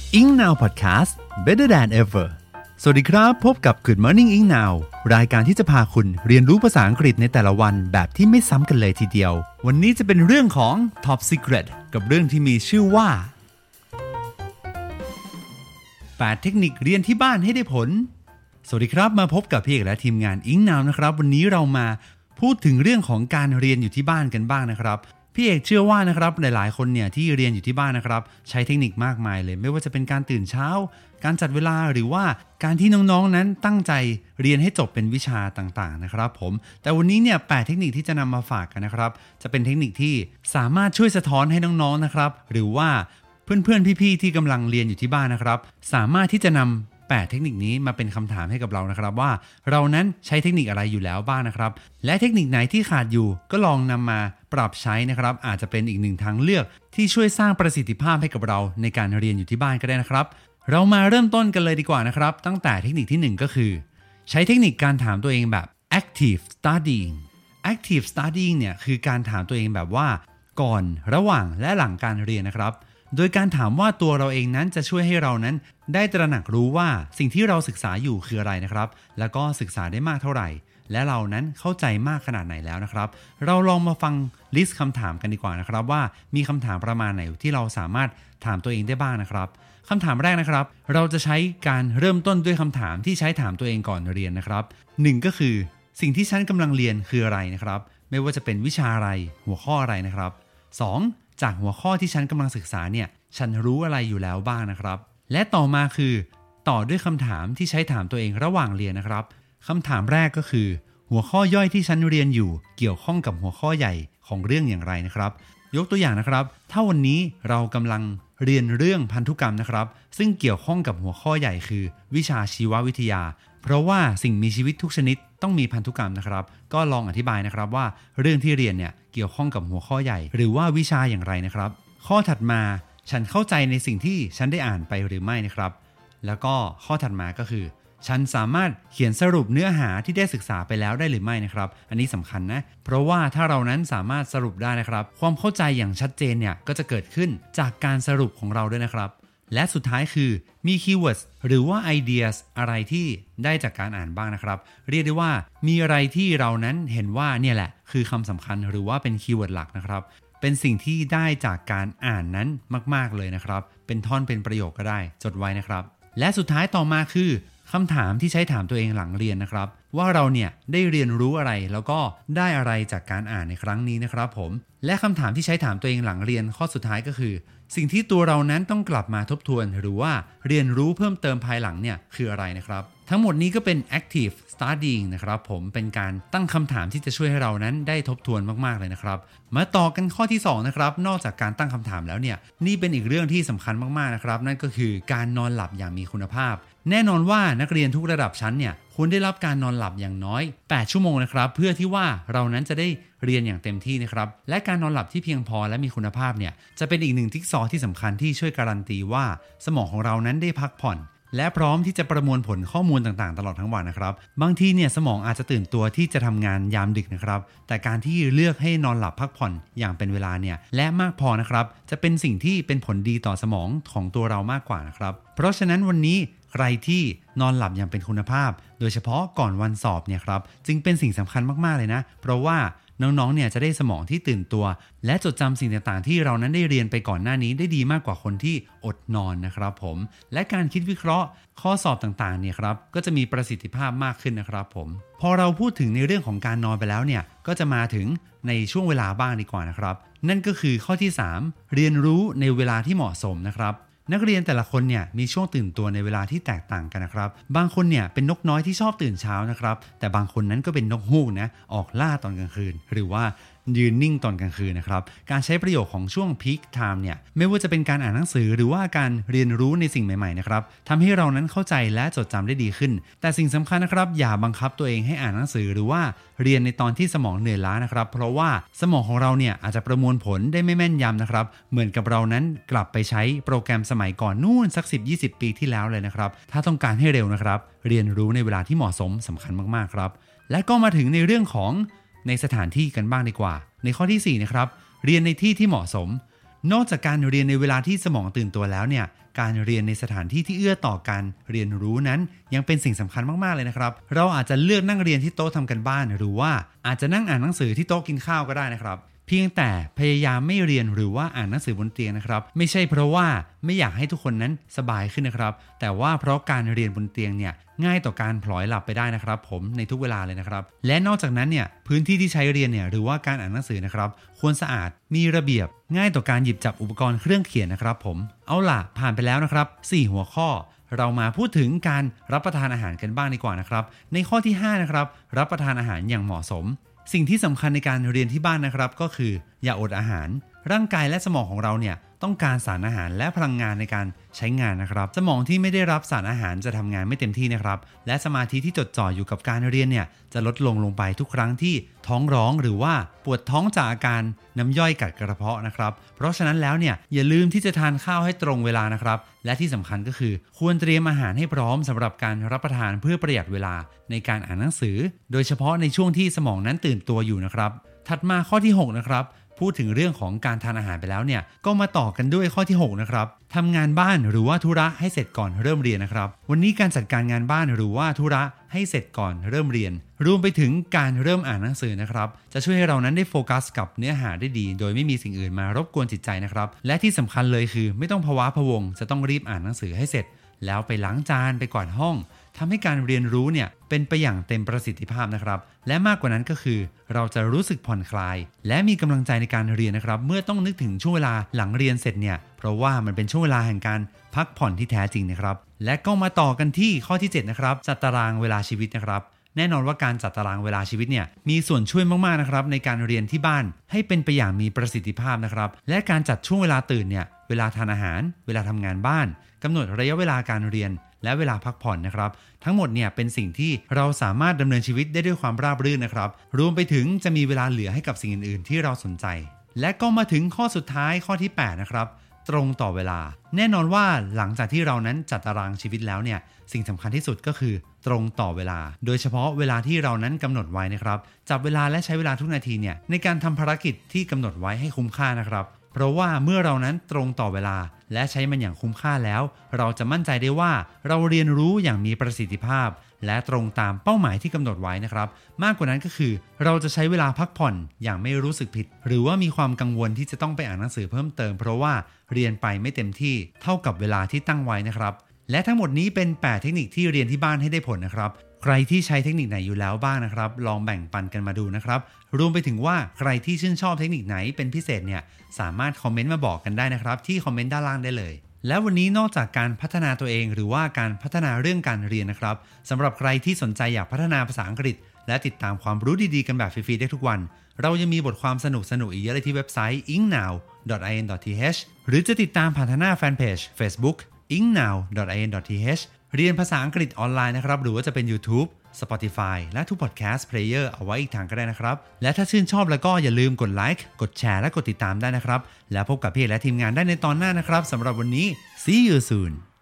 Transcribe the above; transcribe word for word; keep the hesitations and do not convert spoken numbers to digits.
Ink Now Podcast Better Than Ever สวัสดีครับพบกับ Good Morning Ink Now รายการที่จะพาคุณเรียนรู้ภาษาอังกฤษในแต่ละวันแบบที่ไม่ซ้ำกันเลยทีเดียววันนี้จะเป็นเรื่องของ Top Secret กับเรื่องที่มีชื่อว่าแปดเทคนิคเรียนที่บ้านให้ได้ผลสวัสดีครับมาพบกับพี่เอกและทีมงาน Ink Now นะครับวันนี้เรามาพูดถึงเรื่องของการเรียนอยู่ที่บ้านกันบ้างนะครับพี่เอกเชื่อว่านะครับหลายๆคนเนี่ยที่เรียนอยู่ที่บ้านนะครับใช้เทคนิคมากมายเลยไม่ว่าจะเป็นการตื่นเช้าการจัดเวลาหรือว่าการที่น้องๆนั้นตั้งใจเรียนให้จบเป็นวิชาต่างๆนะครับผมแต่วันนี้เนี่ยแปดเทคนิคที่จะนำมาฝากกันนะครับจะเป็นเทคนิคที่สามารถช่วยสะท้อนให้น้องๆนะครับหรือว่าเพื่อนๆพี่ๆที่กำลังเรียนอยู่ที่บ้านนะครับสามารถที่จะนำแปดเทคนิคนี้มาเป็นคำถามให้กับเรานะครับว่าเรานั้นใช้เทคนิคอะไรอยู่แล้วบ้างนะครับและเทคนิคไหนที่ขาดอยู่ก็ลองนำมาปรับใช้นะครับอาจจะเป็นอีกหนึ่งทางเลือกที่ช่วยสร้างประสิทธิภาพให้กับเราในการเรียนอยู่ที่บ้านก็ได้นะครับเรามาเริ่มต้นกันเลยดีกว่านะครับตั้งแต่เทคนิคที่หนึ่งก็คือใช้เทคนิคการถามตัวเองแบบ active studying active studying เนี่ยคือการถามตัวเองแบบว่าก่อนระหว่างและหลังการเรียนนะครับโดยการถามว่าตัวเราเองนั้นจะช่วยให้เรานั้นได้ตระหนักรู้ว่าสิ่งที่เราศึกษาอยู่คืออะไรนะครับแล้วก็ศึกษาได้มากเท่าไหร่และเรานั้นเข้าใจมากขนาดไหนแล้วนะครับเราลองมาฟังลิสต์คำถามกันดีกว่านะครับว่ามีคำถามประมาณไหนที่เราสามารถถามตัวเองได้บ้างนะครับคำถามแรกนะครับเราจะใช้การเริ่มต้นด้วยคำถามที่ใช้ถามตัวเองก่อนเรียนนะครับหนึ่งก็คือสิ่งที่ฉันกำลังเรียนคืออะไรนะครับไม่ว่าจะเป็นวิชาอะไรหัวข้ออะไรนะครับสองจากหัวข้อที่ฉันกำลังศึกษาเนี่ยฉันรู้อะไรอยู่แล้วบ้างนะครับและต่อมาคือต่อด้วยคำถามที่ใช้ถามตัวเองระหว่างเรียนนะครับคำถามแรกก็คือหัวข้อย่อยที่ฉันเรียนอยู่เกี่ยวข้องกับหัวข้อใหญ่ของเรื่องอย่างไรนะครับยกตัวอย่างนะครับถ้าวันนี้เรากำลังเรียนเรื่องพันธุกรรมนะครับซึ่งเกี่ยวข้องกับหัวข้อใหญ่คือวิชาชีววิทยาเพราะว่าสิ่งมีชีวิตทุกชนิดต้องมีพันธุกรรมนะครับก็ลองอธิบายนะครับว่าเรื่องที่เรียนเนี่ยเกี่ยวข้องกับหัวข้อใหญ่หรือว่าวิชาอย่างไรนะครับข้อถัดมาฉันเข้าใจในสิ่งที่ฉันได้อ่านไปหรือไม่นะครับแล้วก็ข้อถัดมาก็คือฉันสามารถเขียนสรุปเนื้อหาที่ได้ศึกษาไปแล้วได้หรือไม่นะครับอันนี้สำคัญนะเพราะว่าถ้าเรานั้นสามารถสรุปได้นะครับความเข้าใจอย่างชัดเจนเนี่ยก็จะเกิดขึ้นจากการสรุปของเราด้วยนะครับและสุดท้ายคือมีคีย์เวิร์ดหรือว่าไอเดียอะไรที่ได้จากการอ่านบ้างนะครับเรียกได้ว่ามีอะไรที่เรานั้นเห็นว่าเนี่ยแหละคือคำสำคัญหรือว่าเป็นคีย์เวิร์ดหลักนะครับเป็นสิ่งที่ได้จากการอ่านนั้นมากๆเลยนะครับเป็นท่อนเป็นประโยคก็ได้จดไว้นะครับและสุดท้ายต่อมาคือคำถามที่ใช้ถามตัวเองหลังเรียนนะครับว่าเราเนี่ยได้เรียนรู้อะไรแล้วก็ได้อะไรจากการอ่านในครั้งนี้นะครับผมและคำถามที่ใช้ถามตัวเองหลังเรียนข้อสุดท้ายก็คือสิ่งที่ตัวเรานั้นต้องกลับมาทบทวนหรือว่าเรียนรู้เพิ่มเติมภายหลังเนี่ยคืออะไรนะครับทั้งหมดนี้ก็เป็น active studying นะครับผมเป็นการตั้งคำถามที่จะช่วยให้เรานั้นได้ทบทวนมากๆเลยนะครับมาต่อกันข้อที่สองนะครับนอกจากการตั้งคำถามแล้วเนี่ยนี่เป็นอีกเรื่องที่สำคัญมากๆนะครับนั่นก็คือการนอนหลับอย่างมีคุณภาพแน่นอนว่านักเรียนทุกระดับชั้นเนี่ยควรได้รับการนอนหลับอย่างน้อยแปดชั่วโมงนะครับเพื่อที่ว่าเรานั้นจะได้เรียนอย่างเต็มที่นะครับและการนอนหลับที่เพียงพอและมีคุณภาพเนี่ยจะเป็นอีกหนึ่งจิ๊กซอว์ที่สำคัญที่ช่วยการันตีว่าสมองของเรานั้นได้พักผ่อนและพร้อมที่จะประมวลผลข้อมูลต่างๆตลอดทั้งวันนะครับบางทีเนี่ยสมองอาจจะตื่นตัวที่จะทำงานยามดึกนะครับแต่การที่เลือกให้นอนหลับพักผ่อนอย่างเป็นเวลาเนี่ยและมากพอนะครับจะเป็นสิ่งที่เป็นผลดีต่อสมองของตัวเรามากกว่านะครับเพราะฉะนั้นวันนี้ใครที่นอนหลับอย่างเป็นคุณภาพโดยเฉพาะก่อนวันสอบเนี่ยครับจึงเป็นสิ่งสำคัญมากๆเลยนะเพราะว่าน้องๆเนี่ยจะได้สมองที่ตื่นตัวและจดจำสิ่งต่างๆที่เรานั้นได้เรียนไปก่อนหน้านี้ได้ดีมากกว่าคนที่อดนอนนะครับผมและการคิดวิเคราะห์ข้อสอบต่างๆเนี่ยครับก็จะมีประสิทธิภาพมากขึ้นนะครับผมพอเราพูดถึงในเรื่องของการนอนไปแล้วเนี่ยก็จะมาถึงในช่วงเวลาบ้างดีกว่านะครับนั่นก็คือข้อที่สามเรียนรู้ในเวลาที่เหมาะสมนะครับนักเรียนแต่ละคนเนี่ยมีช่วงตื่นตัวในเวลาที่แตกต่างกันนะครับบางคนเนี่ยเป็นนกน้อยที่ชอบตื่นเช้านะครับแต่บางคนนั้นก็เป็นนกฮูกนะออกล่าตอนกลางคืนหรือว่ายืนนิ่งตอนกลางคืนนะครับการใช้ประโยชน์ของช่วง peak time เนี่ยไม่ว่าจะเป็นการอ่านหนังสือหรือว่าการเรียนรู้ในสิ่งใหม่ๆนะครับทำให้เรานั้นเข้าใจและจดจำได้ดีขึ้นแต่สิ่งสำคัญนะครับอย่าบังคับตัวเองให้อ่านหนังสือหรือว่าเรียนในตอนที่สมองเหนื่อยล้านะครับเพราะว่าสมองของเราเนี่ยอาจจะประมวลผลได้ไม่แม่นยำนะครับเหมือนกับเรานั้นกลับไปใช้โปรแกรมสมัยก่อนนู่นสัก สิบถึงยี่สิบ ปีที่แล้วเลยนะครับถ้าต้องการให้เร็วนะครับเรียนรู้ในเวลาที่เหมาะสมสำคัญมากๆครับและก็มาถึงในเรื่องของในสถานที่กันบ้างดีกว่าในข้อที่สี่นะครับเรียนในที่ที่เหมาะสมนอกจากการเรียนในเวลาที่สมองตื่นตัวแล้วเนี่ยการเรียนในสถานที่ที่เอื้อต่อการเรียนรู้นั้นยังเป็นสิ่งสำคัญมากๆเลยนะครับเราอาจจะเลือกนั่งเรียนที่โต๊ะทำกันบ้านหรือว่าอาจจะนั่งอ่านหนังสือที่โต๊ะกินข้าวก็ได้นะครับเพียงแต่พยายามไม่เรียนหรือว่าอ่านหนังสือบนเตียงนะครับไม่ใช่เพราะว่าไม่อยากให้ทุกคนนั้นสบายขึ้นนะครับแต่ว่าเพราะการเรียนบนเตียงเนี่ยง่ายต่อการพลอยหลับไปได้นะครับผมในทุกเวลาเลยนะครับและนอกจากนั้นเนี่ยพื้นที่ที่ใช้เรียนเนี่ยหรือว่าการอ่านหนังสือนะครับควรสะอาดมีระเบียบง่ายต่อการหยิบจับอุปกรณ์เครื่องเขียนนะครับผมเอาล่ะผ่านไปแล้วนะครับสี่หัวข้อเรามาพูดถึงการรับประทานอาหารกันบ้างดีกว่านะครับในข้อที่ห้านะครับรับประทานอาหารอย่างเหมาะสมสิ่งที่สำคัญในการเรียนที่บ้านนะครับก็คืออย่าอดอาหารร่างกายและสมองของเราเนี่ยต้องการสารอาหารและพลังงานในการใช้งานนะครับสมองที่ไม่ได้รับสารอาหารจะทำงานไม่เต็มที่นะครับและสมาธิที่จดจ่ออยู่กับการเรียนเนี่ยจะลดลงลงไปทุกครั้งที่ท้องร้องหรือว่าปวดท้องจากอาการน้ำย่อยกัดกระเพาะนะครับเพราะฉะนั้นแล้วเนี่ยอย่าลืมที่จะทานข้าวให้ตรงเวลานะครับและที่สำคัญก็คือควรเตรียมอาหารให้พร้อมสำหรับการรับประทานเพื่อประหยัดเวลาในการอ่านหนังสือโดยเฉพาะในช่วงที่สมองนั้นตื่นตัวอยู่นะครับถัดมาข้อที่หกนะครับพูดถึงเรื่องของการทานอาหารไปแล้วเนี่ยก็มาต่อกันด้วยข้อที่หกนะครับทำงานบ้านหรือว่าธุระให้เสร็จก่อนเริ่มเรียนนะครับวันนี้การจัดการงานบ้านหรือว่าธุระให้เสร็จก่อนเริ่มเรียนรวมไปถึงการเริ่มอ่านหนังสือนะครับจะช่วยให้เรานั้นได้โฟกัสกับเนื้อหาได้ดีโดยไม่มีสิ่งอื่นมารบกวนจิตใจนะครับและที่สำคัญเลยคือไม่ต้องภาวะพะวงจะต้องรีบอ่านหนังสือให้เสร็จแล้วไปล้างจานไปกวาดห้องทำให้การเรียนรู้เนี่ยเป็นไปอย่างเต็มประสิทธิภาพนะครับและมากกว่านั้นก็คือเราจะรู้สึกผ่อนคลายและมีกำลังใจในการเรียนนะครับเมื่อต้องนึกถึงช่วงเวลาหลังเรียนเสร็จเนี่ยเพราะว่ามันเป็นช่วงเวลาแห่งการพักผ่อนที่แท้จริงนะครับและก็มาต่อกันที่ข้อที่เจ็ดนะครับจัดตารางเวลาชีวิตนะครับแน่นอนว่าการจัดตารางเวลาชีวิตเนี่ยมีส่วนช่วยมากๆนะครับในการเรียนที่บ้านให้เป็นไปอย่างมีประสิทธิภาพนะครับและการจัดช่วงเวลาตื่นเนี่ยเวลาทานอาหารเวลาทำงานบ้านกำหนดระยะเวลาการเรียนและเวลาพักผ่อนนะครับทั้งหมดเนี่ยเป็นสิ่งที่เราสามารถดำเนินชีวิตได้ด้วยความราบรื่นนะครับรวมไปถึงจะมีเวลาเหลือให้กับสิ่งอื่นๆที่เราสนใจและก็มาถึงข้อสุดท้ายข้อที่แปดนะครับตรงต่อเวลาแน่นอนว่าหลังจากที่เรานั้นจัดตารางชีวิตแล้วเนี่ยสิ่งสำคัญที่สุดก็คือตรงต่อเวลาโดยเฉพาะเวลาที่เรานั้นกำหนดไว้นะครับจับเวลาและใช้เวลาทุกนาทีเนี่ยในการทำภารกิจที่กำหนดไว้ให้คุ้มค่านะครับเพราะว่าเมื่อเรานั้นตรงต่อเวลาและใช้มันอย่างคุ้มค่าแล้วเราจะมั่นใจได้ว่าเราเรียนรู้อย่างมีประสิทธิภาพและตรงตามเป้าหมายที่กำหนดไว้นะครับมากกว่านั้นก็คือเราจะใช้เวลาพักผ่อนอย่างไม่รู้สึกผิดหรือว่ามีความกังวลที่จะต้องไปอ่านหนังสือเพิ่มเติมเพราะว่าเรียนไปไม่เต็มที่เท่ากับเวลาที่ตั้งไว้นะครับและทั้งหมดนี้เป็นแปดเทคนิคที่เรียนที่บ้านให้ได้ผลนะครับใครที่ใช้เทคนิคไหนอยู่แล้วบ้างนะครับลองแบ่งปันกันมาดูนะครับรวมไปถึงว่าใครที่ชื่นชอบเทคนิคไหนเป็นพิเศษเนี่ยสามารถคอมเมนต์มาบอกกันได้นะครับที่คอมเมนต์ด้านล่างได้เลยและวันนี้นอกจากการพัฒนาตัวเองหรือว่าการพัฒนาเรื่องการเรียนนะครับสำหรับใครที่สนใจอยากพัฒนาภาษาอังกฤษและติดตามความรู้ดีๆกันแบบฟรีๆได้ทุกวันเรายังมีบทความสนุกๆอีกเยอะเลยที่เว็บไซต์ อิงนาว ดอท ไอ เอ็น ดอท ที เอช หรือจะติดตามผ่านทางหน้าแฟนเพจ Facebook อิงนาว ดอท ไอ เอ็น ดอท ที เอช เรียนภาษาอังกฤษออนไลน์นะครับหรือว่าจะเป็น YouTube Spotify และทุก Podcast Player เอาไว้อีกทางก็ได้นะครับและถ้าชื่นชอบแล้วก็อย่าลืมกดไลค์กดแชร์และกดติดตามได้นะครับแล้วพบกับพี่และทีมงานได้ในตอนหน้านะครับสำหรับวันนี้ See you soon